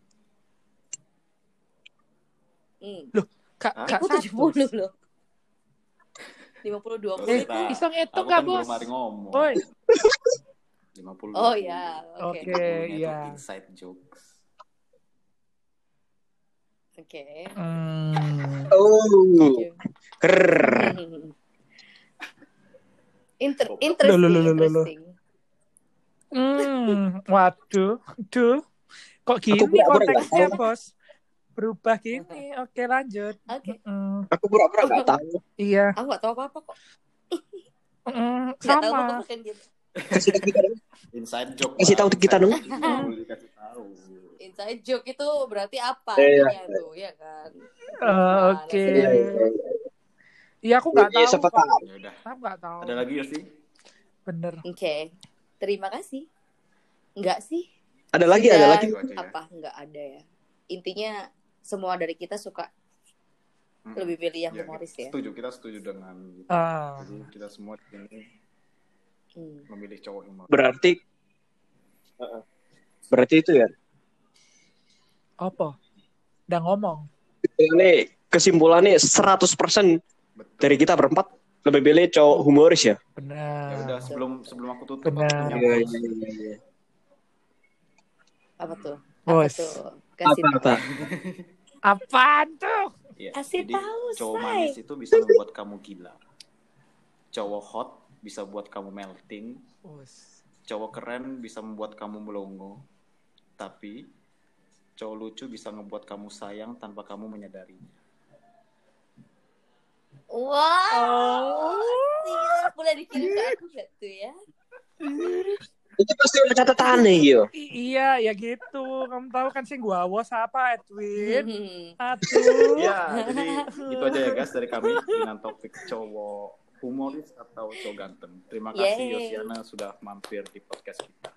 Hmm. Kak, Hah? kak Aku tujuh puluh loh. lima puluh dua puluh Eh, itu. iso ngitung Aku gak, kan Bos? belum hari ngomong. Oi. lima puluh. Oh ya, oke. Oke. iya. Inside jokes. Oke. Hmm. Oh, ker. Inter Loh, interesting, loh, loh, loh, loh, loh. interesting. Hmm, waduh, duh, kok gini pura-pura nggak konteksnya tahu. bos? Berubah gini, oke lanjut. Oke. Mm, Aku pura-pura nggak tahu. iya, Aku nggak tahu apa-apa kok. mm, Nggak tahu sama. apa-apa kan gitu. Kasih tahu kita dong. Inside joke. Kasih Bang. tahu kita Inside dong. joke itu boleh dikasih tahu. Inside joke itu berarti apa Iya. artinya tuh, ya kan? Eh, Mana Oke, sih? Iya, iya, iya. iya aku nggak Iya, tahu. siapa kok. tahu. Ya udah. Aku nggak tahu. Ada lagi ya sih? Bener. Oke. Terima kasih. Enggak sih? Ada lagi, Sudah ada lagi. Itu aja ya. apa? Enggak ada ya. Intinya semua dari kita suka Hmm. lebih pilih yang Ya, humoris kita ya. Setuju, kita setuju dengan gitu. Ah, Jadi kita semua ini Hmm. memilih cowok yang mau. Berarti Heeh. Berarti itu ya. apa? Udah ngomong. Ini kesimpulannya seratus persen Betul. dari kita berempat lebih pilih cowok humoris ya. Ya udah, Benar. sebelum sebelum aku tutup Benar. aku punya Iya, quotes. iya, iya, iya. Apa tuh? Apa Bos. tuh? Kasih Apa, apa? Apaan tuh? Iya, Kasih jadi tahu, cowok Say. manis itu bisa membuat kamu gila. Cowok hot bisa buat kamu melting. Bos. Cowok keren bisa membuat kamu melongo. Tapi cowok lucu bisa ngebuat kamu sayang tanpa kamu menyadarinya. Wow. Oh. Siap. Boleh dikirim ke aku gak tuh ya? Itu pasti ada catatan nih, yo. I- iya, ya gitu. Kamu tahu kan sih gua awas apa, Edwin? Hmm. Aduh. Ya, jadi itu aja ya guys dari kami dengan topik cowok humoris atau cowok ganteng. Terima kasih Yeay. Yosiana sudah mampir di podcast kita.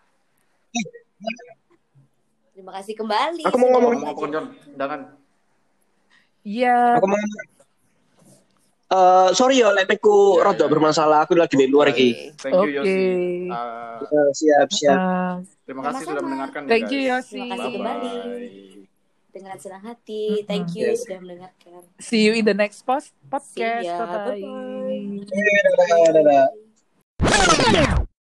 Terima kasih kembali. Aku mau sudah ngomong- Ngomong apa John? Jangan. Iya. Aku mau Eh, sorry yo, laptopku Ya, rada ya. bermasalah. Aku lagi di luar Baik. iki. Thank you Oke. Yosi. Uh, Eh, siap, siap. Ah, terima kasih sudah Sama-sama. mendengarkan ya, thank you guys. Yosi. Terima kasih kembali. Bye-bye. Dengan senang hati. Thank you Yes. sudah mendengarkan. See you in the next post See podcast. ya. Bye bye. Bye-bye. Dadah, dadah. Bye.